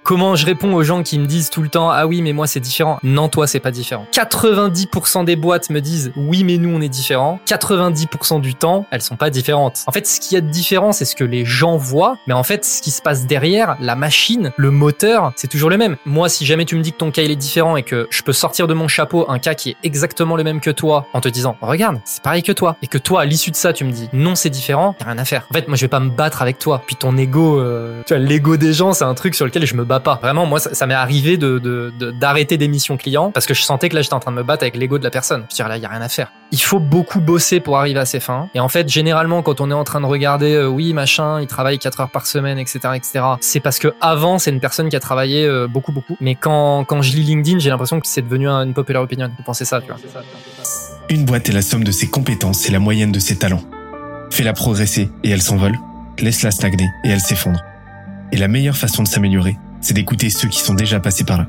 Comment je réponds aux gens qui me disent tout le temps « Ah oui, mais moi, c'est différent ». Non, toi, c'est pas différent. 90% des boîtes me disent « Oui, mais nous, on est différents ». 90% du temps, elles sont pas différentes. En fait, ce qu'il y a de différent, c'est ce que les gens voient. Mais en fait, ce qui se passe derrière, la machine, le moteur, c'est toujours le même. Moi, si jamais tu me dis que ton cas, il est différent et que je peux sortir de mon chapeau un cas qui est exactement le même que toi en te disant « Regarde, c'est pareil que toi ». Et que toi, à l'issue de ça, tu me dis « Non, c'est différent », y a rien à faire. En fait, moi, je vais pas me battre avec toi. Puis ton ego, tu vois, l'ego des gens, c'est un truc sur lequel je me bats pas. Vraiment, moi, ça m'est arrivé d'arrêter des missions clients parce que je sentais que là, j'étais en train de me battre avec l'ego de la personne. Je veux dire, là, il y a rien à faire. Il faut beaucoup bosser pour arriver à ses fins. Et en fait, généralement, quand on est en train de regarder, oui, machin, il travaille 4 heures par semaine, etc., c'est parce que avant, c'est une personne qui a travaillé beaucoup. Mais quand je lis LinkedIn, j'ai l'impression que c'est devenu une popular opinion. Vous pensez ça, tu vois. Une boîte est la somme de ses compétences et la moyenne de ses talents. Fais-la progresser et elle s'envole. Laisse-la stagner et elle s'effondre. Et la meilleure façon de s'améliorer, c'est d'écouter ceux qui sont déjà passés par là.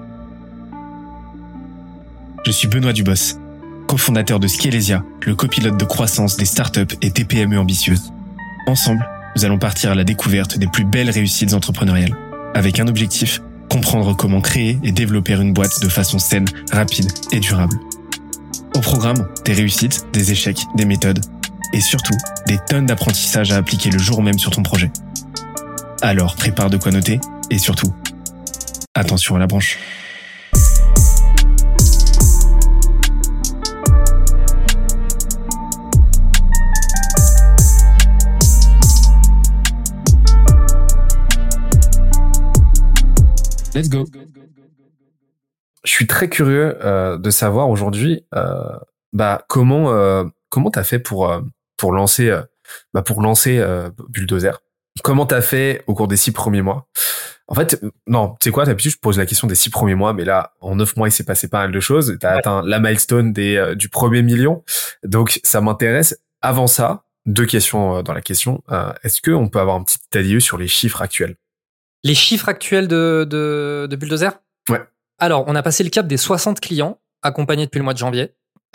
Je suis Benoît Dubos, cofondateur de Scalesia, le copilote de croissance des startups et des PME ambitieuses. Ensemble, nous allons partir à la découverte des plus belles réussites entrepreneuriales, avec un objectif, comprendre comment créer et développer une boîte de façon saine, rapide et durable. Au programme, des réussites, des échecs, des méthodes, et surtout, des tonnes d'apprentissages à appliquer le jour même sur ton projet. Alors, prépare de quoi noter, et surtout, attention à la branche. Let's go. Je suis très curieux de savoir aujourd'hui comment t'as fait pour lancer Bulldozer. Comment t'as fait au cours des 6 premiers mois? En fait, non, tu sais quoi, d'habitude je pose la question des 6 premiers mois, mais là, en 9 mois, il s'est passé pas mal de choses. T'as atteint la milestone du premier million. Donc, ça m'intéresse. Avant ça, 2 questions dans la question. Est-ce qu'on peut avoir un petit état des lieux sur les chiffres actuels? Les chiffres actuels de Bulldozer? Ouais. Alors, on a passé le cap des 60 clients accompagnés depuis le mois de janvier.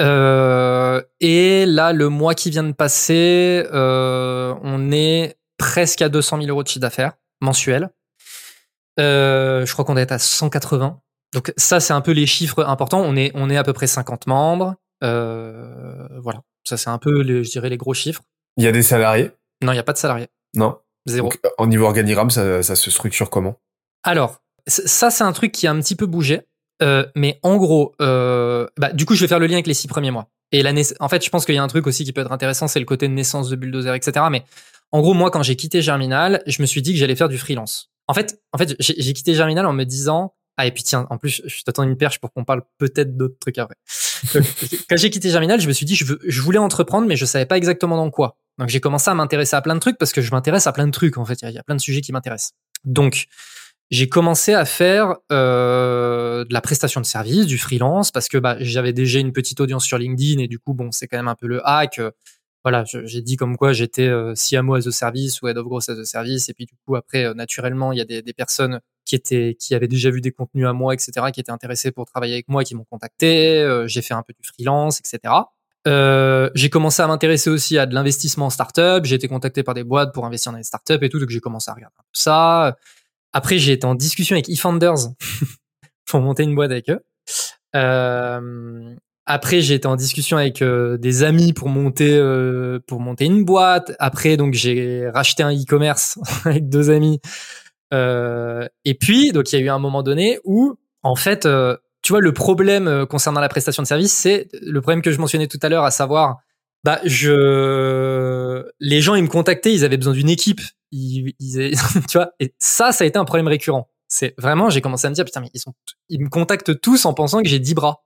Et là, le mois qui vient de passer, on est presque à 200 000 euros de chiffre d'affaires mensuel. Je crois qu'on doit être à 180. Donc ça, c'est un peu les chiffres importants. On est à peu près 50 membres. Voilà. Ça, c'est un peu, je dirais, les gros chiffres. Il y a des salariés? Non, il n'y a pas de salariés. Non. 0. Donc, au niveau organigramme, ça se structure comment? Alors, ça, c'est un truc qui a un petit peu bougé. Mais en gros, du coup, je vais faire le lien avec les 6 premiers mois. Et en fait, je pense qu'il y a un truc aussi qui peut être intéressant, c'est le côté de naissance de Bulldozer, etc. Mais en gros, moi, quand j'ai quitté Germinal, je me suis dit que j'allais faire du freelance. En fait, j'ai quitté Germinal en me disant, et puis tiens, en plus, je t'attends une perche pour qu'on parle peut-être d'autres trucs après. Donc, quand j'ai quitté Germinal, je me suis dit, je voulais entreprendre, mais je savais pas exactement dans quoi. Donc, j'ai commencé à m'intéresser à plein de trucs parce que je m'intéresse à plein de trucs, en fait. Il y a plein de sujets qui m'intéressent. Donc, j'ai commencé à faire de la prestation de service, du freelance, parce que j'avais déjà une petite audience sur LinkedIn et du coup, bon, c'est quand même un peu le hack. Voilà, j'ai dit comme quoi j'étais CMO as a service ou Head of Growth as a service, et puis du coup après, naturellement, il y a des personnes qui avaient déjà vu des contenus à moi, etc., qui étaient intéressées pour travailler avec moi, qui m'ont contacté. J'ai fait un peu du freelance, etc. J'ai commencé à m'intéresser aussi à de l'investissement en startup. J'ai été contacté par des boîtes pour investir dans les startups et tout, donc j'ai commencé à regarder un peu ça. Après, j'ai été en discussion avec eFounders pour monter une boîte avec eux. Après, j'ai été en discussion avec des amis pour monter une boîte. Après, donc j'ai racheté un e-commerce avec 2 amis. Et puis, donc il y a eu un moment donné où, en fait, tu vois, le problème concernant la prestation de service, c'est le problème que je mentionnais tout à l'heure, à savoir, les gens, ils me contactaient, ils avaient besoin d'une équipe. Tu vois, et ça a été un problème récurrent. C'est vraiment, j'ai commencé à me dire, putain, mais ils me contactent tous en pensant que j'ai 10 bras.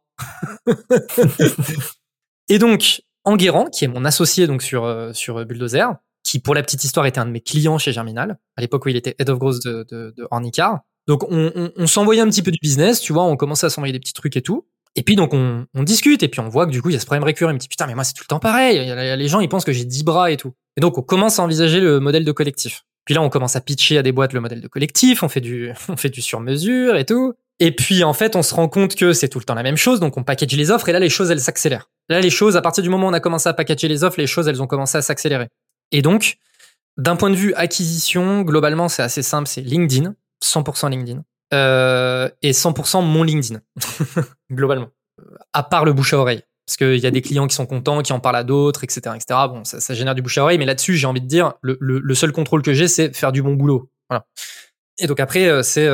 Et donc, Enguerrand, qui est mon associé donc sur Bulldozer, qui pour la petite histoire était un de mes clients chez Germinal, à l'époque où il était Head of Growth de Ornicar. Donc, on s'envoyait un petit peu du business, tu vois, on commençait à s'envoyer des petits trucs et tout. Et puis donc on discute et puis on voit que du coup il y a ce problème récurrent. Il me dit putain mais moi c'est tout le temps pareil. Les gens ils pensent que j'ai 10 bras et tout. Et donc on commence à envisager le modèle de collectif. Puis là on commence à pitcher à des boîtes le modèle de collectif. On fait du sur-mesure et tout. Et puis en fait on se rend compte que c'est tout le temps la même chose. Donc on package les offres et là les choses elles s'accélèrent. Là les choses, à partir du moment où on a commencé à packager les offres, les choses elles ont commencé à s'accélérer. Et donc d'un point de vue acquisition, globalement c'est assez simple, c'est LinkedIn, 100% LinkedIn. et 100% mon LinkedIn, globalement. À part le bouche à oreille. Parce qu'il y a des clients qui sont contents, qui en parlent à d'autres, etc., etc. Bon, ça génère du bouche à oreille, mais là-dessus, j'ai envie de dire, le seul contrôle que j'ai, c'est faire du bon boulot. Voilà. Et donc après, c'est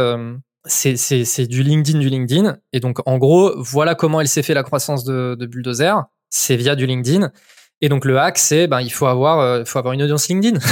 du LinkedIn. Et donc, en gros, voilà comment elle s'est fait la croissance de Bulldozer. C'est via du LinkedIn. Et donc, le hack, c'est, il faut avoir une audience LinkedIn.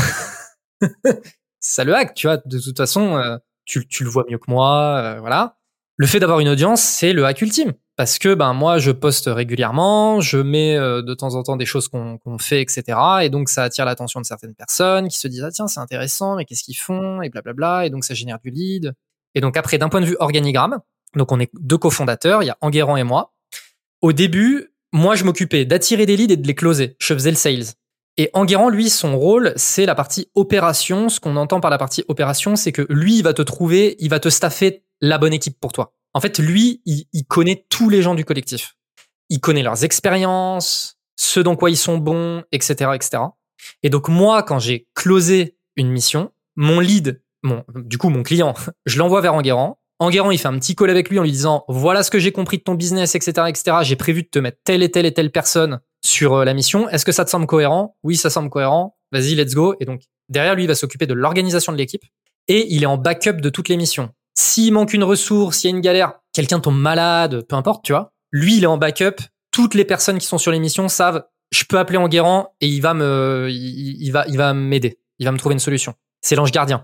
C'est ça le hack, tu vois. De toute façon, tu le vois mieux que moi, voilà. Le fait d'avoir une audience, c'est le hack ultime. Parce que moi, je poste régulièrement, je mets de temps en temps des choses qu'on fait, etc. Et donc, ça attire l'attention de certaines personnes qui se disent « Ah tiens, c'est intéressant, mais qu'est-ce qu'ils font ?» et blablabla. Et donc, ça génère du lead. Et donc, après, d'un point de vue organigramme, donc on est 2 cofondateurs, il y a Enguerrand et moi. Au début, moi, je m'occupais d'attirer des leads et de les closer. Je faisais le sales. Et Enguerrand, lui, son rôle, c'est la partie opération. Ce qu'on entend par la partie opération, c'est que lui, il va te staffer la bonne équipe pour toi. En fait, lui, il connaît tous les gens du collectif. Il connaît leurs expériences, ce dans quoi ils sont bons, etc., etc. Et donc, moi, quand j'ai closé une mission, mon lead, mon client, je l'envoie vers Enguerrand. Enguerrand, il fait un petit call avec lui en lui disant « Voilà ce que j'ai compris de ton business, etc., etc. J'ai prévu de te mettre telle et telle et telle personne sur la mission. Est-ce que ça te semble cohérent ? Oui, ça semble cohérent. Vas-y, let's go. » Et donc, derrière lui, il va s'occuper de l'organisation de l'équipe et il est en backup de toutes les missions. S'il manque une ressource, s'il y a une galère, quelqu'un tombe malade, peu importe, tu vois. Lui, il est en backup. Toutes les personnes qui sont sur les missions savent, je peux appeler Enguerrand et il va m'aider. Il va me trouver une solution. C'est l'ange gardien.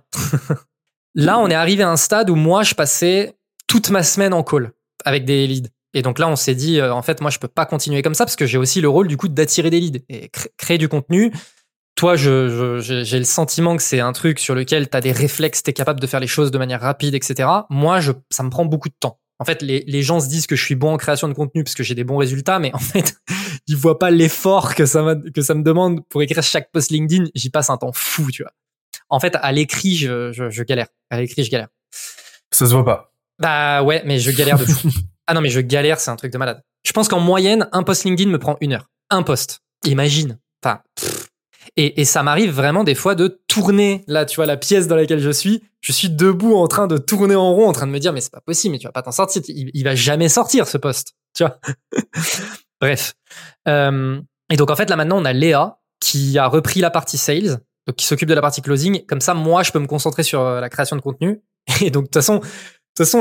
Là, on est arrivé à un stade où moi, je passais toute ma semaine en call avec des leads. Et donc là, on s'est dit, en fait, moi, je peux pas continuer comme ça parce que j'ai aussi le rôle, du coup, d'attirer des leads et créer du contenu. Toi, j'ai le sentiment que c'est un truc sur lequel tu as des réflexes, tu es capable de faire les choses de manière rapide, etc. Moi, ça me prend beaucoup de temps. En fait, les gens se disent que je suis bon en création de contenu parce que j'ai des bons résultats, mais en fait, ils voient pas l'effort que ça me demande pour écrire chaque post LinkedIn. J'y passe un temps fou, tu vois. En fait, à l'écrit, je galère. À l'écrit, je galère. Ça se voit pas. Bah ouais, mais je galère de fou. Ah non, mais je galère, c'est un truc de malade. Je pense qu'en moyenne, un post LinkedIn me prend 1 heure. Un post. Imagine. Enfin, et ça m'arrive vraiment des fois de tourner, là, tu vois, la pièce dans laquelle je suis debout en train de tourner en rond, en train de me dire, mais c'est pas possible, mais tu vas pas t'en sortir. Il va jamais sortir, ce post. Tu vois. Bref. Et donc, en fait, là, maintenant, on a Léa qui a repris la partie sales. Donc, qui s'occupe de la partie closing. Comme ça, moi, je peux me concentrer sur la création de contenu. Et donc, de toute façon,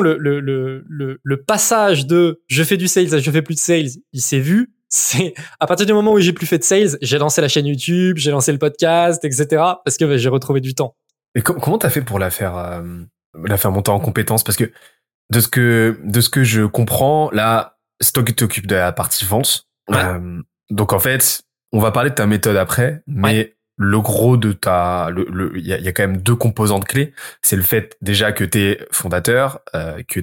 le passage de je fais du sales à je fais plus de sales, il s'est vu. C'est à partir du moment où j'ai plus fait de sales, j'ai lancé la chaîne YouTube, j'ai lancé le podcast, etc. Parce que j'ai retrouvé du temps. Et comment t'as fait pour la faire monter en compétence? Parce que de ce que je comprends, là, c'est toi qui t'occupes de la partie vente. Ouais. Donc en fait, on va parler de ta méthode après, mais Ouais. le gros de il y a quand même 2 composantes clés. C'est le fait déjà que t'es fondateur, que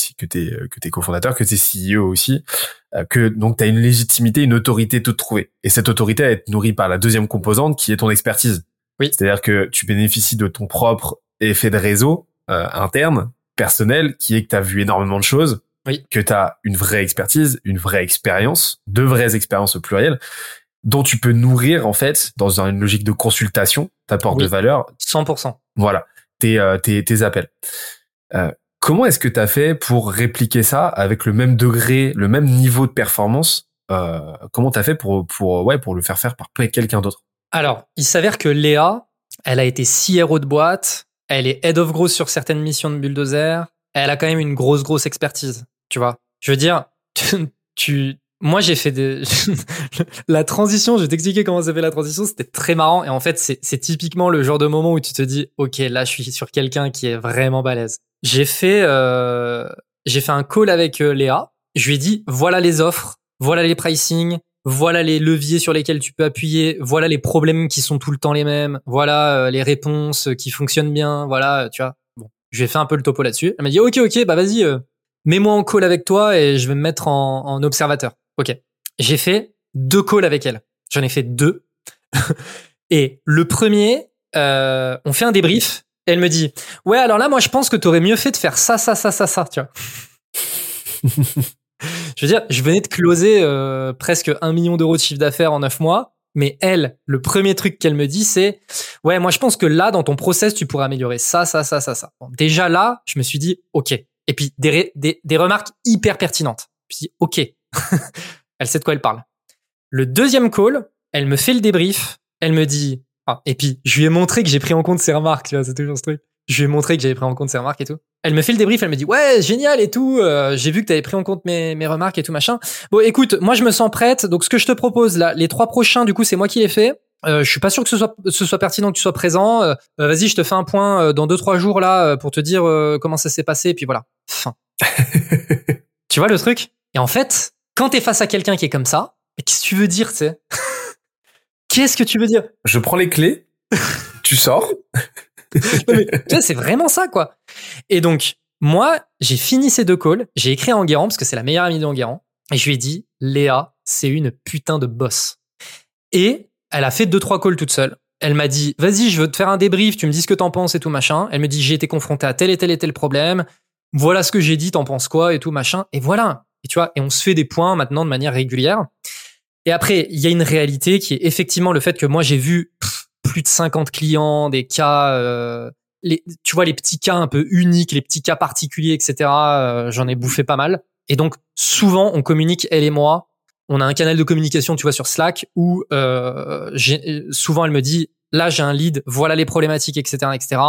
t'es cofondateur, que t'es CEO aussi, que donc t'as une légitimité, une autorité toute trouvée. Et cette autorité elle est nourrie par la 2e composante qui est ton expertise. Oui. C'est-à-dire que tu bénéficies de ton propre effet de réseau interne, personnel, qui est que t'as vu énormément de choses, Oui. que t'as une vraie expertise, une vraie expérience, 2 vraies expériences au pluriel, dont tu peux nourrir, en fait, dans une logique de consultation, t'apports Oui. de valeur. 100%. Voilà. Tes appels. Comment est-ce que t'as fait pour répliquer ça avec le même degré, le même niveau de performance? Comment t'as fait pour le faire par quelqu'un d'autre? Alors, il s'avère que Léa, elle a été CRO de boîte, elle est head of growth sur certaines missions de Bulldozer, elle a quand même une grosse expertise, tu vois. Je veux dire, moi, j'ai fait la transition, je vais t'expliquer comment ça fait la transition, c'était très marrant. Et en fait, c'est typiquement le genre de moment où tu te dis, OK, là, je suis sur quelqu'un qui est vraiment balèze. J'ai fait un call avec Léa. Je lui ai dit, voilà les offres, voilà les pricing, voilà les leviers sur lesquels tu peux appuyer, voilà les problèmes qui sont tout le temps les mêmes, voilà les réponses qui fonctionnent bien, voilà, tu vois. Bon, je lui ai fait un peu le topo là-dessus. Elle m'a dit, OK, bah vas-y, mets-moi en call avec toi et je vais me mettre en observateur. OK. J'ai fait 2 calls avec elle. J'en ai fait 2. Et le premier, on fait un débrief. Et elle me dit, ouais, alors là, moi, je pense que t'aurais mieux fait de faire ça, tu vois. Je veux dire, je venais de closer presque 1 million d'euros de chiffre d'affaires en 9 mois. Mais elle, le premier truc qu'elle me dit, c'est ouais, moi je pense que là, dans ton process, tu pourrais améliorer ça. Bon, déjà là, je me suis dit ok. Et puis des remarques hyper pertinentes. Je me suis dit ok, elle sait de quoi elle parle. Le deuxième call, elle me fait le débrief. Elle me dit et puis je lui ai montré que j'ai pris en compte ses remarques. Tu vois, c'est toujours ce truc. Je lui ai montré que j'avais pris en compte ses remarques et tout. Elle me fait le débrief, elle me dit ouais, génial et tout, j'ai vu que t'avais pris en compte mes remarques et tout machin. Bon écoute, moi je me sens prête, donc ce que je te propose là, les 3 prochains du coup c'est moi qui les fais. Je suis pas sûr que ce soit pertinent que tu sois présent. Vas-y, je te fais un point dans 2-3 jours là pour te dire comment ça s'est passé et puis voilà. Fin. Tu vois le truc? Et en fait, quand t'es face à quelqu'un qui est comme ça, qu'est-ce que tu veux dire, tu sais? Qu'est-ce que tu veux dire? Je prends les clés, tu sors. Non, mais, tu sais, c'est vraiment ça, quoi. Et donc, moi, j'ai fini ces 2 calls, j'ai écrit à Enguerrand, parce que c'est la meilleure amie d'Enguerrand, et je lui ai dit, Léa, c'est une putain de boss. Et elle a fait 2-3 calls toute seule. Elle m'a dit, vas-y, je veux te faire un débrief, tu me dis ce que t'en penses et tout, machin. Elle me dit, j'ai été confrontée à tel et tel et tel problème. Voilà ce que j'ai dit, t'en penses quoi et tout, machin. Et voilà. Et tu vois, et on se fait des points maintenant de manière régulière. Et après, il y a une réalité qui est effectivement le fait que moi, j'ai vu plus de 50 clients, des cas, tu vois, les petits cas un peu uniques, les petits cas particuliers, etc. J'en ai bouffé pas mal. Et donc, souvent, on communique, elle et moi. On a un canal de communication, tu vois, sur Slack où souvent, elle me dit, là, j'ai un lead, voilà les problématiques, etc., etc.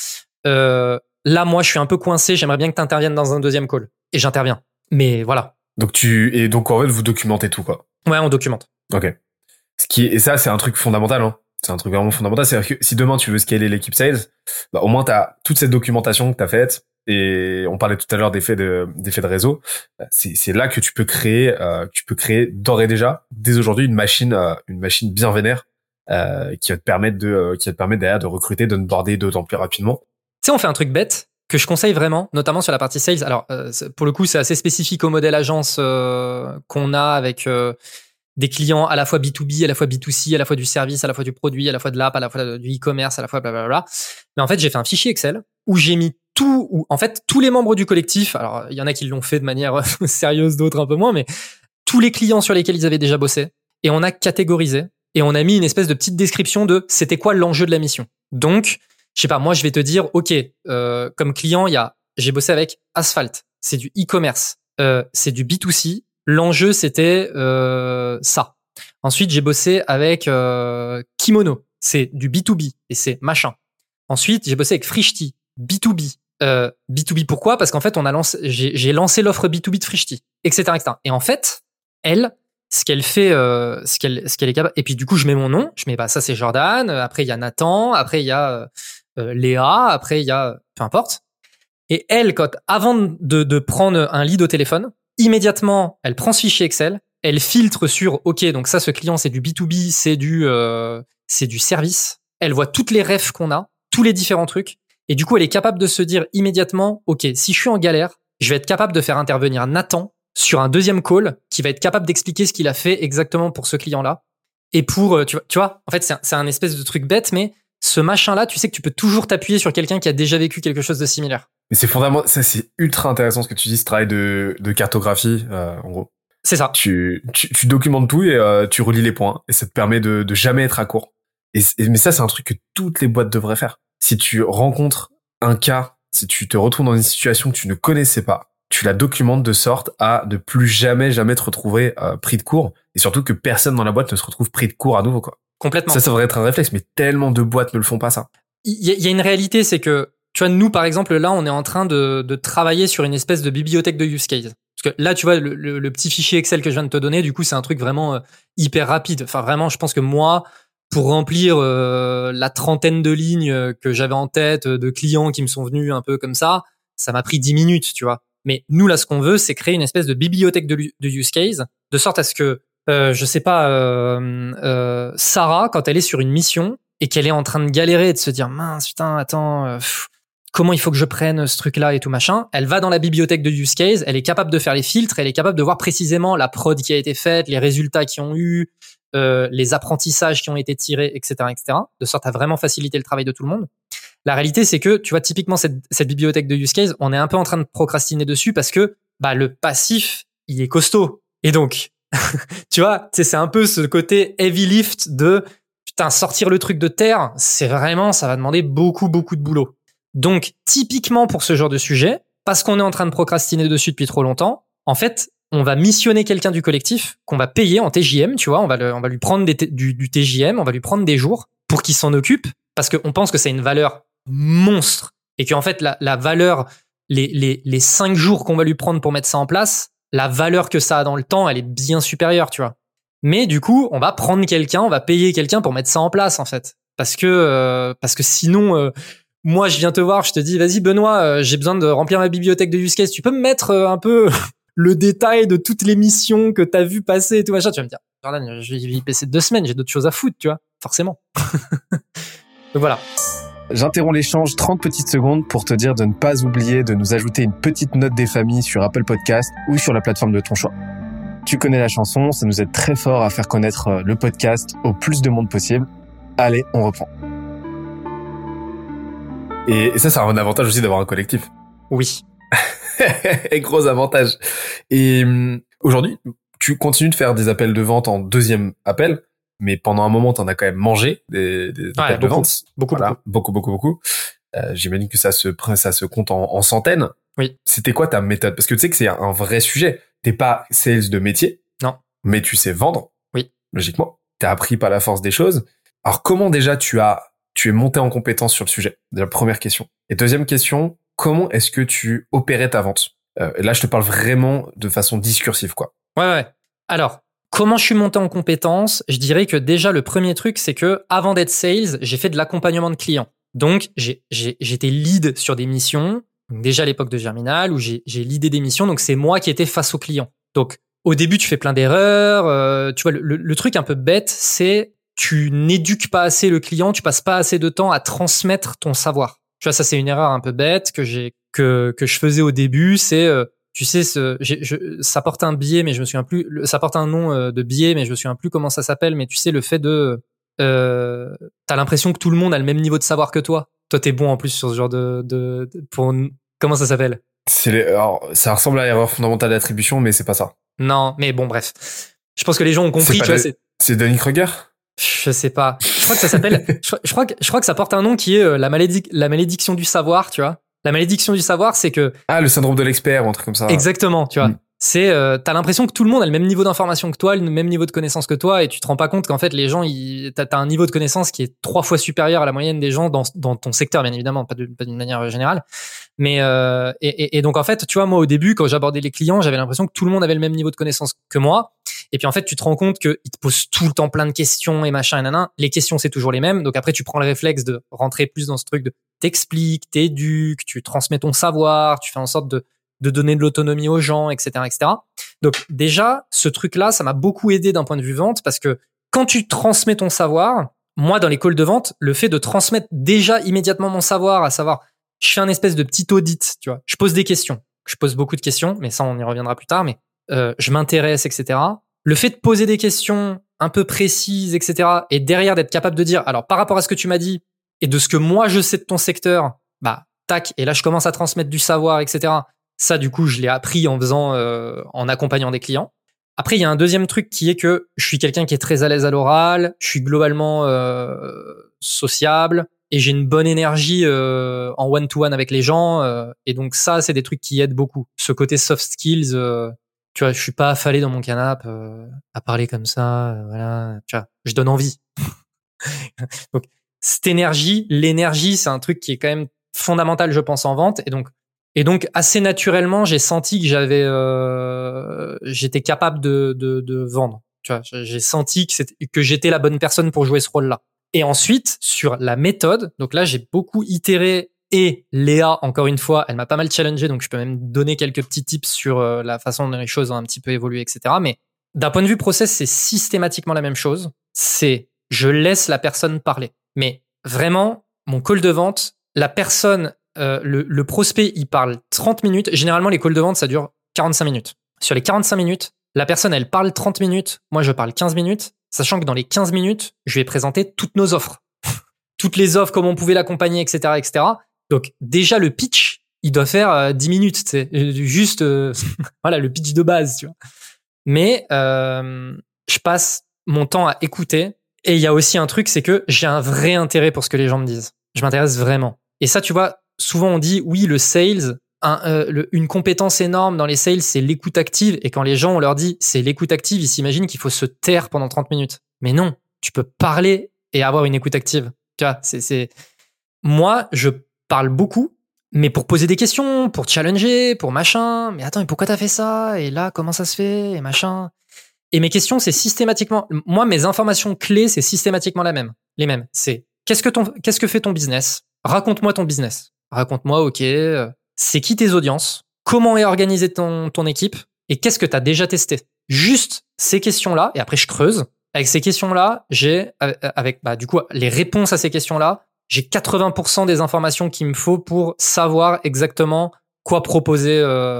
Là, moi, je suis un peu coincé, j'aimerais bien que tu interviennes dans un deuxième call. Et j'interviens. Mais voilà. Donc en fait, vous documentez tout, quoi. Ouais, on documente. Ok. Et ça, c'est un truc fondamental, hein. C'est un truc vraiment fondamental. C'est-à-dire que si demain tu veux scaler l'équipe sales, bah, au moins t'as toute cette documentation que t'as faite. Et on parlait tout à l'heure d'effets de réseau. C'est là que tu peux créer d'ores et déjà, dès aujourd'hui, une machine bien vénère, qui va te permettre derrière de recruter, d'onboarder d'autant plus rapidement. Tu sais, on fait un truc bête que je conseille vraiment, notamment sur la partie sales. Alors, pour le coup, c'est assez spécifique au modèle agence qu'on a avec des clients à la fois B2B, à la fois B2C, à la fois du service, à la fois du produit, à la fois de l'app, à la fois du e-commerce, à la fois blablabla. Mais en fait, j'ai fait un fichier Excel où j'ai mis en fait, tous les membres du collectif, alors il y en a qui l'ont fait de manière sérieuse, d'autres un peu moins, mais tous les clients sur lesquels ils avaient déjà bossé, et on a catégorisé, et on a mis une espèce de petite description de c'était quoi l'enjeu de la mission. Donc, je sais pas, moi je vais te dire, ok, comme client, j'ai bossé avec Asphalt, c'est du e-commerce, c'est du B2C, l'enjeu c'était ça. Ensuite, j'ai bossé avec Kimono, c'est du B2B et c'est machin. Ensuite, j'ai bossé avec Frishti, B2B. B2B pourquoi? Parce qu'en fait, j'ai lancé l'offre B2B de Frishti, etc., etc. Et en fait, elle, ce qu'elle fait, ce qu'elle est capable. Et puis du coup, je mets mon nom, je mets ça c'est Jordan. Après il y a Nathan, après il y a Léa, après il y a peu importe. Et elle, avant de prendre un lead au téléphone, immédiatement, elle prend ce fichier Excel, elle filtre sur OK, donc ça, ce client, c'est du B2B, c'est du service. Elle voit toutes les refs qu'on a, tous les différents trucs. Et du coup, elle est capable de se dire immédiatement, OK, si je suis en galère, je vais être capable de faire intervenir Nathan sur un deuxième call qui va être capable d'expliquer ce qu'il a fait exactement pour ce client-là. Et pour, tu vois, en fait, c'est un espèce de truc bête, mais ce machin-là, tu sais que tu peux toujours t'appuyer sur quelqu'un qui a déjà vécu quelque chose de similaire. Mais c'est fondamental, ça c'est ultra intéressant ce que tu dis, ce travail de cartographie, en gros. C'est ça. Tu documentes tout et tu relis les points et ça te permet de jamais être à court. Mais ça c'est un truc que toutes les boîtes devraient faire. Si tu rencontres un cas, si tu te retrouves dans une situation que tu ne connaissais pas, tu la documentes de sorte à ne plus jamais te retrouver pris de court et surtout que personne dans la boîte ne se retrouve pris de court à nouveau, quoi. Complètement. Ça devrait être un réflexe, mais tellement de boîtes ne le font pas, ça. Il y a une réalité, c'est que tu vois, nous, par exemple, là, on est en train de travailler sur une espèce de bibliothèque de use case. Parce que là, tu vois, le petit fichier Excel que je viens de te donner, du coup, c'est un truc vraiment hyper rapide. Enfin, vraiment, je pense que moi, pour remplir la trentaine de lignes que j'avais en tête de clients qui me sont venus un peu comme ça m'a pris 10 minutes, tu vois. Mais nous, là, ce qu'on veut, c'est créer une espèce de bibliothèque de use case, de sorte à ce que, je sais pas, Sarah, quand elle est sur une mission et qu'elle est en train de galérer et de se dire, mince, putain, attends, comment il faut que je prenne ce truc-là et tout machin, elle va dans la bibliothèque de use case, elle est capable de faire les filtres, elle est capable de voir précisément la prod qui a été faite, les résultats qui ont eu, les apprentissages qui ont été tirés, etc., etc., de sorte à vraiment faciliter le travail de tout le monde. La réalité, c'est que, tu vois, typiquement, cette bibliothèque de use case, on est un peu en train de procrastiner dessus parce que, le passif, il est costaud. Et donc, tu vois, c'est un peu ce côté heavy lift de putain, sortir le truc de terre, c'est vraiment, ça va demander beaucoup de boulot. Donc, typiquement pour ce genre de sujet, parce qu'on est en train de procrastiner dessus depuis trop longtemps, en fait, on va missionner quelqu'un du collectif qu'on va payer en TJM, tu vois, on va lui prendre du TJM, on va lui prendre des jours pour qu'il s'en occupe, parce qu'on pense que c'est une valeur monstre et qu'en fait, la valeur, les 5 jours qu'on va lui prendre pour mettre ça en place, la valeur que ça a dans le temps, elle est bien supérieure, tu vois. Mais du coup, on va prendre quelqu'un, on va payer quelqu'un pour mettre ça en place, en fait. Parce que sinon, moi, je viens te voir, je te dis, vas-y, Benoît, j'ai besoin de remplir ma bibliothèque de use case. Tu peux me mettre un peu le détail de toutes les missions que t'as vu passer et tout machin. Tu vas me dire, Jordan, je vais y passer 2 semaines, j'ai d'autres choses à foutre, tu vois, forcément. Donc voilà. J'interromps l'échange 30 petites secondes pour te dire de ne pas oublier de nous ajouter une petite note des familles sur Apple Podcast ou sur la plateforme de ton choix. Tu connais la chanson, ça nous aide très fort à faire connaître le podcast au plus de monde possible. Allez, on reprend. Et ça, c'est un avantage aussi d'avoir un collectif. Oui. Gros avantage. Et aujourd'hui, tu continues de faire des appels de vente en deuxième appel, mais pendant un moment, t'en as quand même mangé des appels de vente. Beaucoup. J'imagine que ça se compte en centaines. Oui. C'était quoi ta méthode? Parce que tu sais que c'est un vrai sujet. T'es pas sales de métier. Non. Mais tu sais vendre. Oui. Logiquement. T'as appris par la force des choses. Alors, comment déjà tu es monté en compétence sur le sujet? Déjà, première question. Et deuxième question, comment est-ce que tu opérais ta vente? Et là, je te parle vraiment de façon discursive, quoi. Ouais. Alors, comment je suis monté en compétence? Je dirais que déjà, le premier truc, c'est que avant d'être sales, j'ai fait de l'accompagnement de clients. Donc, j'étais lead sur des missions. Donc déjà à l'époque de Germinal, où j'ai leadé des missions. Donc, c'est moi qui étais face aux clients. Donc, au début, tu fais plein d'erreurs. Tu vois, le truc un peu bête, c'est tu n'éduques pas assez le client, tu passes pas assez de temps à transmettre ton savoir. Tu vois, ça, c'est une erreur un peu bête que je faisais au début. C'est, tu sais, ça porte un billet, mais je me souviens plus. Ça porte un nom de billet, mais je me souviens plus comment ça s'appelle. Mais tu sais, le fait de, t'as l'impression que tout le monde a le même niveau de savoir que toi. Toi, t'es bon en plus sur ce genre comment ça s'appelle? Alors, ça ressemble à l'erreur fondamentale d'attribution, mais c'est pas ça. Non, mais bon, bref. Je pense que les gens ont compris. Tu vois, c'est Dunning-Kruger? Je sais pas. Je crois que ça s'appelle. je crois que ça porte un nom qui est la malédiction du savoir, tu vois. La malédiction du savoir, c'est que le syndrome de l'expert ou un truc comme ça. Exactement, tu vois. C'est t'as l'impression que tout le monde a le même niveau d'information que toi, le même niveau de connaissance que toi, et tu te rends pas compte qu'en fait les gens, t'as un niveau de connaissance qui est 3 fois supérieur à la moyenne des gens dans ton secteur, bien évidemment, pas d'une manière générale. Mais et donc en fait, tu vois, moi au début, quand j'abordais les clients, j'avais l'impression que tout le monde avait le même niveau de connaissance que moi. Et puis en fait, tu te rends compte qu'ils te posent tout le temps plein de questions et machin et nanan. Les questions, c'est toujours les mêmes. Donc après, tu prends le réflexe de rentrer plus dans ce truc de t'expliques, t'éduques, tu transmets ton savoir, tu fais en sorte de donner de l'autonomie aux gens, etc., etc. Donc déjà, ce truc-là, ça m'a beaucoup aidé d'un point de vue vente parce que quand tu transmets ton savoir, moi, dans les calls de vente, le fait de transmettre déjà immédiatement mon savoir, à savoir, je fais un espèce de petit audit, tu vois. Je pose des questions. Je pose beaucoup de questions, mais ça, on y reviendra plus tard, mais je m'intéresse, etc. Le fait de poser des questions un peu précises, etc., et derrière d'être capable de dire, alors par rapport à ce que tu m'as dit et de ce que moi je sais de ton secteur, bah tac, et là je commence à transmettre du savoir, etc. Ça, du coup, je l'ai appris en faisant, en accompagnant des clients. Après, il y a un deuxième truc qui est que je suis quelqu'un qui est très à l'aise à l'oral, je suis globalement sociable et j'ai une bonne énergie en one-to-one avec les gens. Et donc ça, c'est des trucs qui aident beaucoup. Ce côté soft skills, tu vois, je suis pas affalé dans mon canapé à parler comme ça. Voilà, tu vois, je donne envie. Donc cette énergie, l'énergie, c'est un truc qui est quand même fondamental, je pense, en vente. Et donc assez naturellement, j'ai senti que j'étais capable de vendre. Tu vois, j'ai senti que j'étais la bonne personne pour jouer ce rôle-là. Et ensuite, sur la méthode, donc là, j'ai beaucoup itéré et Léa, encore une fois, elle m'a pas mal challengé, donc je peux même donner quelques petits tips sur la façon dont les choses ont un petit peu évolué, etc. Mais d'un point de vue process, c'est systématiquement la même chose. C'est je laisse la personne parler. Mais vraiment, mon call de vente, la personne, le prospect, il parle 30 minutes. Généralement, les calls de vente, ça dure 45 minutes. Sur les 45 minutes, la personne, elle parle 30 minutes. Moi, je parle 15 minutes. Sachant que dans les 15 minutes, je vais présenter toutes nos offres. Toutes les offres, comment on pouvait l'accompagner, etc., etc. Donc, déjà, le pitch, il doit faire 10 minutes, tu sais. Juste, voilà, le pitch de base, tu vois. mais je passe mon temps à écouter. Et il y a aussi un truc, c'est que j'ai un vrai intérêt pour ce que les gens me disent. Je m'intéresse vraiment. Et ça, tu vois, souvent on dit, oui, le sales, une compétence énorme dans les sales, c'est l'écoute active. Et quand les gens, on leur dit, c'est l'écoute active, ils s'imaginent qu'il faut se taire pendant 30 minutes. Mais non, tu peux parler et avoir une écoute active. Tu vois, moi, je parle beaucoup, mais pour poser des questions, pour challenger, pour machin. Mais attends, mais pourquoi t'as fait ça? Et là, comment ça se fait? Et machin. Et mes questions, c'est systématiquement, moi, mes informations clés, c'est systématiquement les mêmes. C'est, qu'est-ce que fait ton business? Raconte-moi ton business. Raconte-moi, ok, c'est qui tes audiences? Comment est organisée ton équipe? Et qu'est-ce que t'as déjà testé? Juste ces questions-là, et après je creuse. Avec ces questions-là, j'ai, du coup, les réponses à ces questions-là, j'ai 80% des informations qu'il me faut pour savoir exactement quoi proposer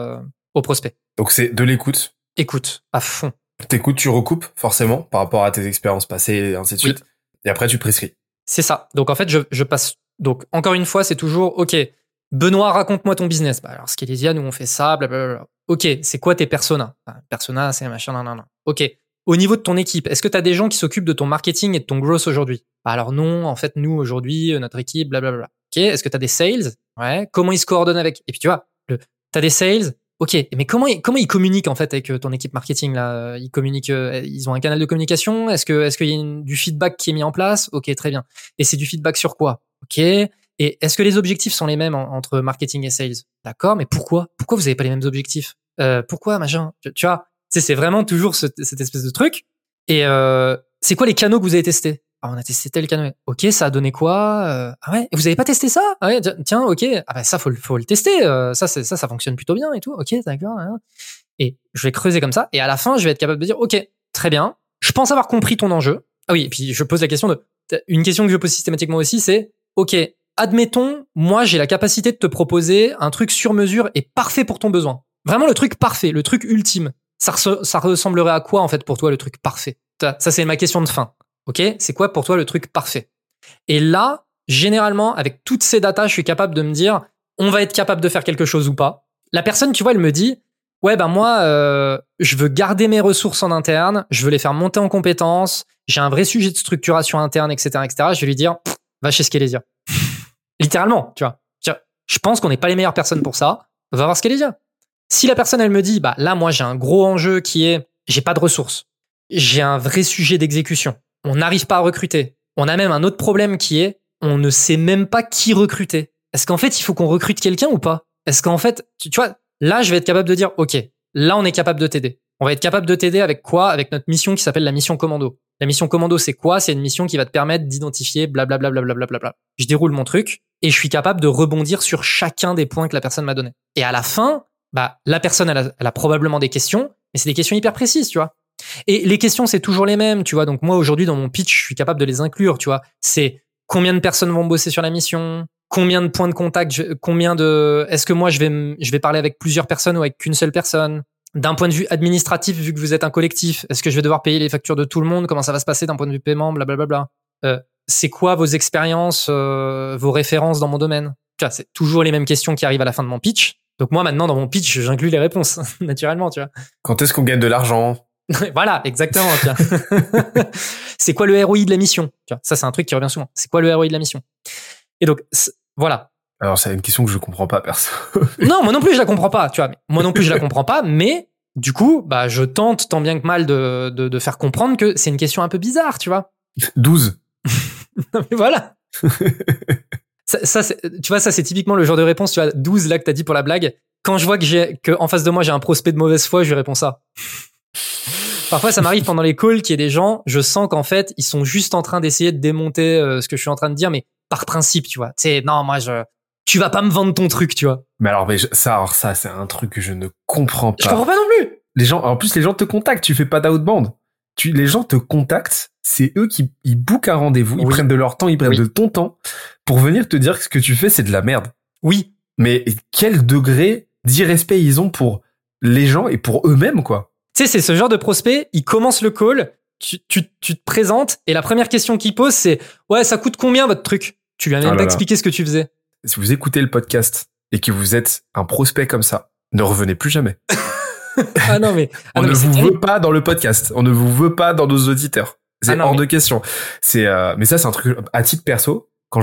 au prospect. Donc c'est de l'écoute. Écoute, à fond. T'écoutes, tu recoupes forcément par rapport à tes expériences passées et ainsi de suite. Et après tu prescris. C'est ça. Donc en fait, je passe. Donc encore une fois, c'est toujours ok. Benoît, raconte-moi ton business. Alors Skelesia, nous on fait ça, blablabla. Ok, c'est quoi tes personas? Persona, c'est machin, nan. Ok. Au niveau de ton équipe, est-ce que tu as des gens qui s'occupent de ton marketing et de ton growth aujourd'hui? Alors non, en fait, nous aujourd'hui, notre équipe, blablabla. Ok. Est-ce que tu as des sales? Ouais. Comment ils se coordonnent avec? Et puis tu vois, t'as des sales. Ok, mais comment ils communiquent en fait avec ton équipe marketing là? Ils communiquent, ils ont un canal de communication? Est-ce qu'il y a du feedback qui est mis en place? Ok, très bien. Et c'est du feedback sur quoi? Ok. Et est-ce que les objectifs sont les mêmes entre marketing et sales? D'accord, mais pourquoi vous avez pas les mêmes objectifs? Pourquoi machin? Tu vois, c'est vraiment toujours cette espèce de truc. Et c'est quoi les canaux que vous avez testés? Ah, on a testé tel canal. Ok, ça a donné quoi? Ah ouais, vous avez pas testé ça? Ah ouais, tiens, ok. Ah bah ça faut le tester. Ça fonctionne plutôt bien et tout. Ok, d'accord. Hein. Et je vais creuser comme ça. Et à la fin, je vais être capable de dire, ok, très bien. Je pense avoir compris ton enjeu. Ah oui, et puis je pose la question une question que je pose systématiquement aussi, c'est, ok, admettons, moi j'ai la capacité de te proposer un truc sur mesure et parfait pour ton besoin. Vraiment le truc parfait, le truc ultime. Ça ressemblerait à quoi en fait pour toi le truc parfait? Ça c'est ma question de fin. Ok, c'est quoi pour toi le truc parfait? Et là, généralement, avec toutes ces datas, je suis capable de me dire, on va être capable de faire quelque chose ou pas. La personne, tu vois, elle me dit, ouais, ben moi, je veux garder mes ressources en interne, je veux les faire monter en compétences, j'ai un vrai sujet de structuration interne, etc., etc. Je vais lui dire, va chez Skelesia. Littéralement, tu vois. Je pense qu'on n'est pas les meilleures personnes pour ça. Va voir Skelesia. Si la personne, elle me dit, bah là, moi, j'ai un gros enjeu qui est, j'ai pas de ressources, j'ai un vrai sujet d'exécution. On n'arrive pas à recruter. On a même un autre problème qui est, on ne sait même pas qui recruter. Est-ce qu'en fait, il faut qu'on recrute quelqu'un ou pas? Est-ce qu'en fait, tu vois, là, je vais être capable de dire, ok, là, on est capable de t'aider. On va être capable de t'aider avec quoi? Avec notre mission qui s'appelle la mission commando. La mission commando, c'est quoi? C'est une mission qui va te permettre d'identifier blablabla. Je déroule mon truc et je suis capable de rebondir sur chacun des points que la personne m'a donné. Et à la fin, bah, la personne, elle a probablement des questions, mais c'est des questions hyper précises, tu vois. Et les questions, c'est toujours les mêmes, tu vois. Donc moi, aujourd'hui, dans mon pitch, je suis capable de les inclure, tu vois. C'est combien de personnes vont bosser sur la mission? Combien de points de contact? Est-ce que moi, je vais parler avec plusieurs personnes ou avec qu'une seule personne? D'un point de vue administratif, vu que vous êtes un collectif, est-ce que je vais devoir payer les factures de tout le monde? Comment ça va se passer d'un point de vue paiement? Blablabla. C'est quoi vos expériences, vos références dans mon domaine? Tu vois, c'est toujours les mêmes questions qui arrivent à la fin de mon pitch. Donc moi, maintenant, dans mon pitch, j'inclus les réponses, naturellement, tu vois. Quand est-ce qu'on gagne de l'argent? Voilà, exactement. Tu vois. C'est quoi le ROI de la mission? Tu vois, ça, c'est un truc qui revient souvent. C'est quoi le ROI de la mission? Et donc, voilà. Alors, c'est une question que je comprends pas, perso. Non, moi non plus, je la comprends pas, tu vois. Moi non plus, je la comprends pas, mais du coup, bah, je tente tant bien que mal de faire comprendre que c'est une question un peu bizarre, tu vois. 12. Non, mais voilà. Ça, tu vois, ça, c'est typiquement le genre de réponse, tu vois, 12 là que t'as dit pour la blague. Quand je vois que en face de moi, j'ai un prospect de mauvaise foi, je lui réponds ça. Parfois, ça m'arrive pendant les calls qu'il y ait des gens, je sens qu'en fait, ils sont juste en train d'essayer de démonter ce que je suis en train de dire, mais par principe, tu vois. Tu sais, non, moi, tu vas pas me vendre ton truc, tu vois. Mais alors, ça, c'est un truc que je ne comprends pas. Je comprends pas non plus. En plus, les gens te contactent, tu fais pas d'outbound. Les gens te contactent, c'est eux qui ils bookent un rendez-vous, ils prennent de leur temps, ils prennent de ton temps pour venir te dire que ce que tu fais, c'est de la merde. Oui. Mais quel degré d'irrespect ils ont pour les gens et pour eux-mêmes, quoi. Tu sais, c'est ce genre de prospect, il commence le call, tu te présentes et la première question qu'il pose, c'est « Ouais, ça coûte combien votre truc ?» Tu lui as même pas expliqué ce que tu faisais. Si vous écoutez le podcast et que vous êtes un prospect comme ça, ne revenez plus jamais. Ah non, mais. On ne vous veut pas dans le podcast. On ne vous veut pas dans nos auditeurs. C'est hors de question. Mais ça, c'est un truc, à titre perso, quand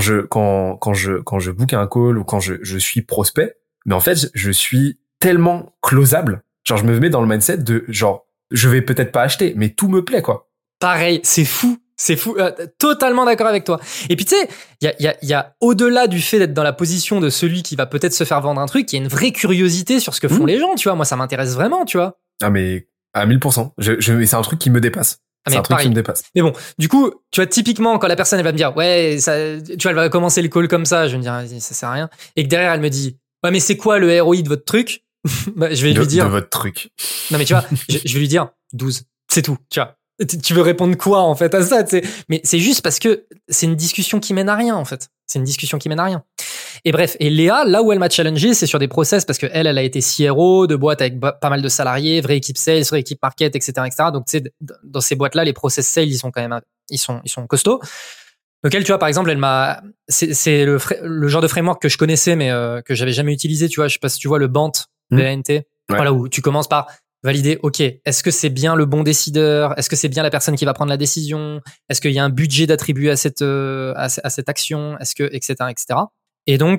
je book un call ou quand je suis prospect, mais en fait, je suis tellement closable. Genre, je me mets dans le mindset de, genre, je vais peut-être pas acheter, mais tout me plaît, quoi. Pareil, c'est fou. Totalement d'accord avec toi. Et puis tu sais, il y a au-delà du fait d'être dans la position de celui qui va peut-être se faire vendre un truc, il y a une vraie curiosité sur ce que font les gens, tu vois. Moi, ça m'intéresse vraiment, tu vois. Ah mais à 1000%. C'est un truc qui me dépasse. C'est un truc qui me dépasse. Mais bon, du coup, tu vois, typiquement, quand la personne elle va me dire, ouais, ça, tu vois, elle va commencer le call comme ça, je vais me dire, ça sert à rien. Et que derrière, elle me dit, ouais, mais c'est quoi le ROI de votre truc? Bah, je vais lui dire. De votre truc. Non, mais tu vois, je vais lui dire 12. C'est tout, tu vois. Tu veux répondre quoi, en fait, à ça, tu sais? Mais c'est juste parce que c'est une discussion qui mène à rien, en fait. C'est une discussion qui mène à rien. Et bref, et Léa, là où elle m'a challengé, c'est sur des process parce que elle a été CRO de boîtes avec pas mal de salariés, vraie équipe sales, vraie équipe market, etc., etc. Donc, tu sais, dans ces boîtes-là, les process sales, ils sont quand même, ils sont costauds. Donc elle, tu vois, par exemple, c'est le genre de framework que je connaissais, mais que j'avais jamais utilisé, tu vois. Je sais pas si tu vois le BANT, BANT. Ouais. Voilà, où tu commences par valider, ok, est-ce que c'est bien le bon décideur? Est-ce que c'est bien la personne qui va prendre la décision? Est-ce qu'il y a un budget d'attribuer à cette action? Est-ce que, etc., etc. Et donc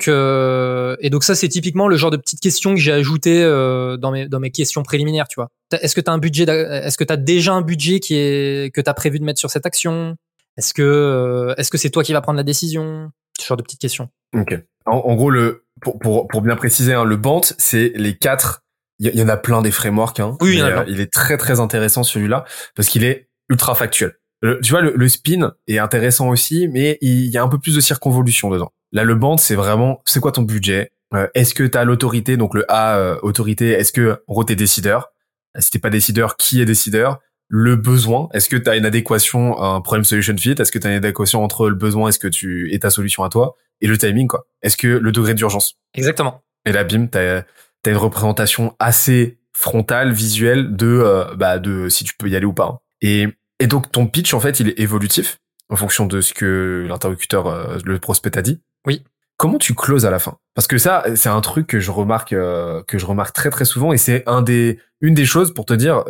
ça, c'est typiquement le genre de petites questions que j'ai ajoutées dans mes questions préliminaires, tu vois. Est-ce que t'as un budget? Est-ce que t'as déjà un budget que t'as prévu de mettre sur cette action? Est-ce que c'est toi qui vas prendre la décision? Ce genre de petites questions. Ok. En gros, pour bien préciser, hein, le BANT, c'est les 4. Il y en a plein des frameworks. Hein, oui, il est très très intéressant celui-là parce qu'il est ultra factuel. Tu vois, le spin est intéressant aussi, mais il y a un peu plus de circonvolution dedans. Là, le BANT, c'est vraiment, c'est quoi ton budget? Est-ce que t'as l'autorité? Donc le A, autorité. Est-ce que, en gros, t'es décideur? Si t'es pas décideur, qui est décideur? Le besoin, est-ce que tu as une adéquation, un problem solution fit? Est-ce que tu as une adéquation entre le besoin et ta solution à toi? Et le timing, quoi. Est-ce que le degré d'urgence? Exactement. Et là, bim, t'as une représentation assez frontale, visuelle de si tu peux y aller ou pas. Et donc, ton pitch, en fait, il est évolutif en fonction de ce que l'interlocuteur, le prospect t'a dit. Oui. Comment tu closes à la fin? Parce que ça, c'est un truc que je remarque très très souvent, et c'est une des choses pour te dire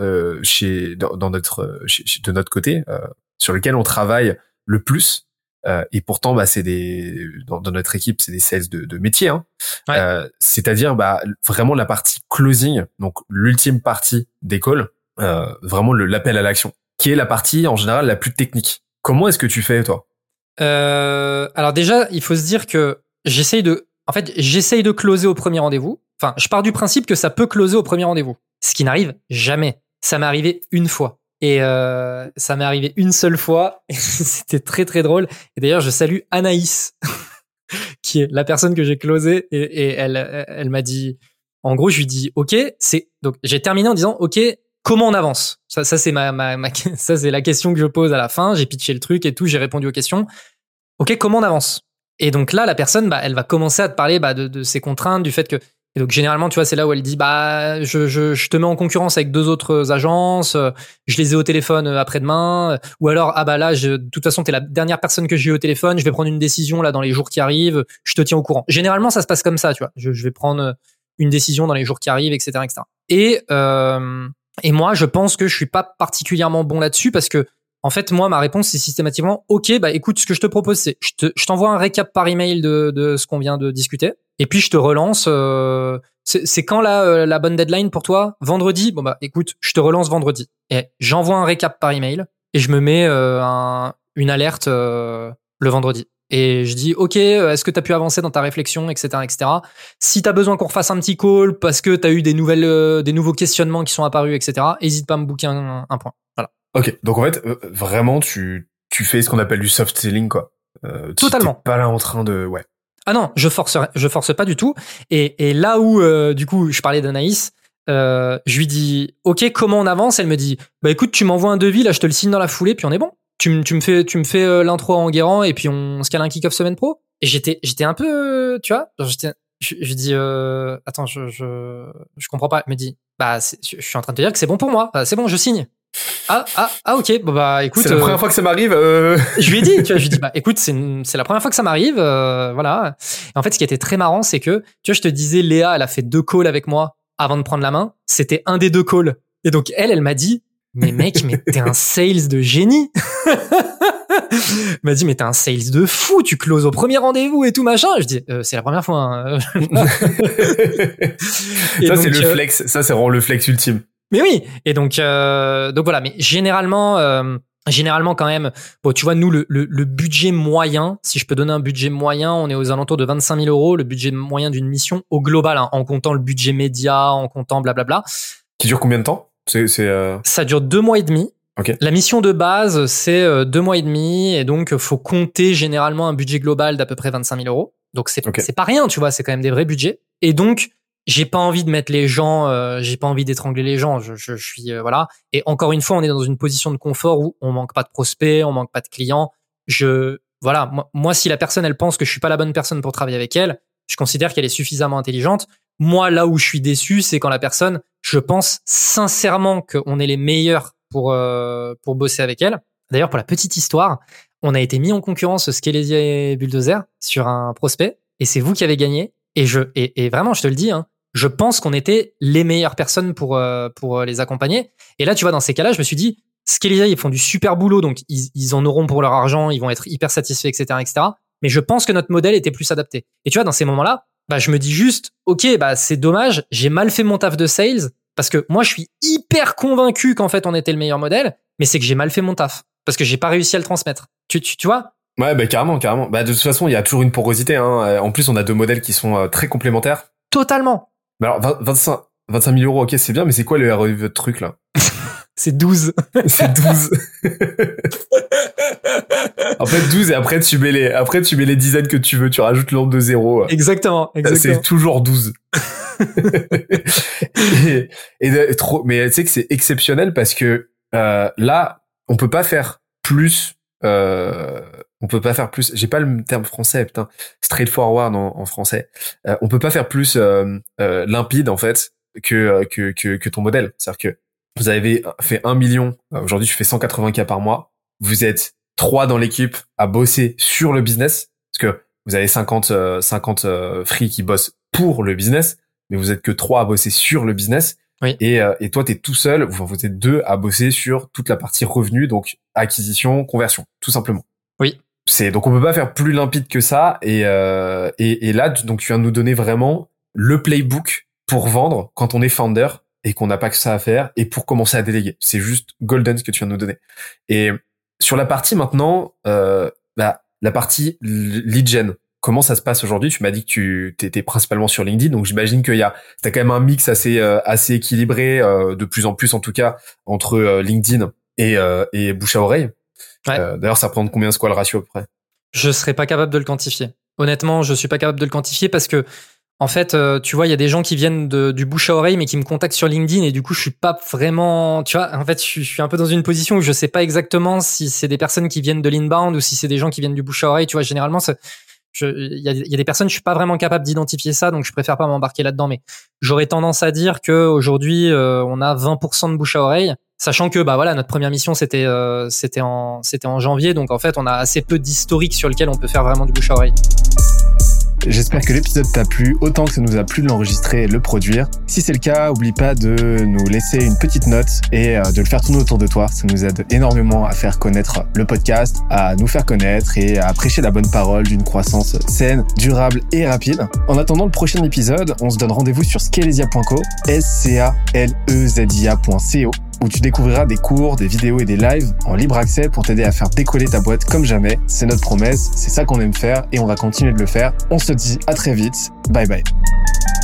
de notre côté sur lequel on travaille le plus. Et pourtant, c'est dans notre équipe, c'est des sales de métier. Hein. Ouais. C'est-à-dire vraiment la partie closing, donc l'ultime partie des calls, vraiment l'appel à l'action, qui est la partie en général la plus technique. Comment est-ce que tu fais, toi? Alors déjà, il faut se dire que j'essaye de closer au premier rendez-vous. Enfin, je pars du principe que ça peut closer au premier rendez-vous. Ce qui n'arrive jamais. Ça m'est arrivé une fois. Et ça m'est arrivé une seule fois. Et c'était très très drôle. Et d'ailleurs, je salue Anaïs, qui est la personne que j'ai closée. Et elle m'a dit, en gros, je lui dis, ok, donc j'ai terminé en disant, ok, comment on avance? Ça c'est ça c'est la question que je pose à la fin. J'ai pitché le truc et tout. J'ai répondu aux questions. Ok, comment on avance? Et donc là, la personne, elle va commencer à te parler de ses contraintes, du fait que... Et donc généralement, tu vois, c'est là où elle dit, je te mets en concurrence avec 2 autres agences, je les ai au téléphone après-demain, ou alors, là, de toute façon, t'es la dernière personne que j'ai eu au téléphone, je vais prendre une décision là dans les jours qui arrivent, je te tiens au courant. Généralement, ça se passe comme ça, tu vois. Je vais prendre une décision dans les jours qui arrivent, etc., etc. Et moi, je pense que je suis pas particulièrement bon là-dessus parce que en fait, moi, ma réponse, c'est systématiquement, ok, écoute, ce que je te propose, c'est, je t'envoie un récap par email de ce qu'on vient de discuter. Et puis, je te relance, c'est quand la bonne deadline pour toi? Vendredi? Bon, écoute, je te relance vendredi. Et j'envoie un récap par email et je me mets, une alerte, le vendredi. Et je dis, ok, est-ce que t'as pu avancer dans ta réflexion, etc., etc. Si t'as besoin qu'on refasse un petit call parce que t'as eu des nouveaux questionnements qui sont apparus, etc., hésite pas à me booker un point. Voilà. Ok, donc en fait, vraiment, tu fais ce qu'on appelle du soft selling, quoi. Totalement. T'es pas là en train de... Ouais. Ah non, je force pas du tout. Et là où, du coup, je parlais d'Anaïs, je lui dis, ok, comment on avance? Elle me dit, écoute, tu m'envoies un devis, là, je te le signe dans la foulée, puis on est bon. Tu me fais l'intro en Guérant, et puis on se cale un kick-off semaine pro. Et j'étais un peu, tu vois, je dis, attends, je comprends pas. Elle me dit, je suis en train de te dire que c'est bon pour moi. C'est bon, je signe. Ok, écoute. C'est la première fois que ça m'arrive. Je lui ai dit, tu vois, je lui ai dit, écoute, c'est la première fois que ça m'arrive, voilà. Et en fait, ce qui était très marrant, c'est que, tu vois, je te disais, Léa, elle a fait 2 calls avec moi avant de prendre la main, c'était un des 2 calls. Et donc elle m'a dit, mais mec, mais t'es un sales de génie. Elle m'a dit, mais t'es un sales de fou, tu closes au premier rendez-vous et tout machin. Je dis, c'est la première fois. Hein. Ça, donc, c'est le flex. Ça, c'est vraiment le flex ultime. Mais oui. Et donc voilà. Mais généralement quand même, bon, tu vois, nous, le budget moyen, si je peux donner un budget moyen, on est aux alentours de 25 000 euros, le budget moyen d'une mission au global, hein, en comptant le budget média, en comptant blablabla. Qui dure combien de temps? Ça dure 2 mois et demi. Okay. La mission de base, c'est 2 mois et demi, et donc faut compter généralement un budget global d'à peu près 25 000 euros. Donc c'est pas rien, tu vois, c'est quand même des vrais budgets. Et donc j'ai pas envie de mettre les gens, j'ai pas envie d'étrangler les gens. Je suis voilà. Et encore une fois, on est dans une position de confort où on manque pas de prospects, on manque pas de clients. Voilà, moi si la personne elle pense que je suis pas la bonne personne pour travailler avec elle, je considère qu'elle est suffisamment intelligente. Moi, là où je suis déçu, c'est quand la personne, je pense sincèrement qu'on est les meilleurs pour bosser avec elle. D'ailleurs, pour la petite histoire, on a été mis en concurrence Scalezia et Bulldozer sur un prospect, et c'est vous qui avez gagné. Et vraiment, je te le dis, hein, je pense qu'on était les meilleures personnes pour les accompagner. Et là, tu vois, dans ces cas-là, je me suis dit, Scalezia, ils font du super boulot, donc ils en auront pour leur argent, ils vont être hyper satisfaits, etc., etc. Mais je pense que notre modèle était plus adapté. Et tu vois, dans ces moments-là, bah, je me dis juste, ok, bah, c'est dommage, j'ai mal fait mon taf de sales, parce que moi, je suis hyper convaincu qu'en fait, on était le meilleur modèle, mais c'est que j'ai mal fait mon taf, parce que j'ai pas réussi à le transmettre. Tu vois? Ouais, bah, carrément. Bah, de toute façon, il y a toujours une porosité, hein. En plus, on a 2 modèles qui sont très complémentaires. Totalement. Mais alors, 25 000 euros, ok, c'est bien, mais c'est quoi le ROI de votre truc, là? C'est 12. C'est 12. En fait, 12, et après, tu mets les dizaines que tu veux, tu rajoutes le nombre de zéros. Exactement. C'est toujours 12. Mais tu sais que c'est exceptionnel parce que, là, on peut pas faire plus, j'ai pas le terme français, putain, straightforward en français. On peut pas faire plus, limpide, en fait, que ton modèle. C'est-à-dire que vous avez fait 1 million, aujourd'hui tu fais 180K par mois, vous êtes 3 dans l'équipe à bosser sur le business, parce que vous avez 50 free qui bossent pour le business, mais vous êtes que 3 à bosser sur le business. Oui. Et toi, t'es tout seul, vous êtes 2 à bosser sur toute la partie revenus, donc acquisition, conversion, tout simplement. Oui. Donc on peut pas faire plus limpide que ça, et là, donc tu viens de nous donner vraiment le playbook pour vendre quand on est founder, et qu'on n'a pas que ça à faire, et pour commencer à déléguer. C'est juste golden ce que tu viens de nous donner. Et sur la partie maintenant, la partie lead gen, comment ça se passe aujourd'hui? Tu m'as dit que tu étais principalement sur LinkedIn, donc j'imagine que t'as quand même un mix assez équilibré, de plus en plus en tout cas, entre LinkedIn et bouche à oreille. Ouais. D'ailleurs, ça prend combien, c'est quoi le ratio à peu près? Je serais pas capable de le quantifier. Honnêtement, je suis pas capable de le quantifier parce que en fait, tu vois, il y a des gens qui viennent du bouche à oreille, mais qui me contactent sur LinkedIn, et du coup, je suis pas vraiment, tu vois, en fait, je suis un peu dans une position où je sais pas exactement si c'est des personnes qui viennent de l'inbound ou si c'est des gens qui viennent du bouche à oreille. Tu vois, généralement, il y a des personnes, je suis pas vraiment capable d'identifier ça, donc je préfère pas m'embarquer là-dedans. Mais j'aurais tendance à dire que aujourd'hui, on a 20% de bouche à oreille, sachant que bah voilà, notre première mission c'était en janvier, donc en fait, on a assez peu d'historique sur lequel on peut faire vraiment du bouche à oreille. J'espère que l'épisode t'a plu autant que ça nous a plu de l'enregistrer et de le produire. Si c'est le cas, oublie pas de nous laisser une petite note et de le faire tourner autour de toi. Ça nous aide énormément à faire connaître le podcast, à nous faire connaître et à prêcher la bonne parole d'une croissance saine, durable et rapide. En attendant le prochain épisode, on se donne rendez-vous sur scalezia.co, scalezia.co, où tu découvriras des cours, des vidéos et des lives en libre accès pour t'aider à faire décoller ta boîte comme jamais. C'est notre promesse, c'est ça qu'on aime faire et on va continuer de le faire. On se dit à très vite. Bye bye.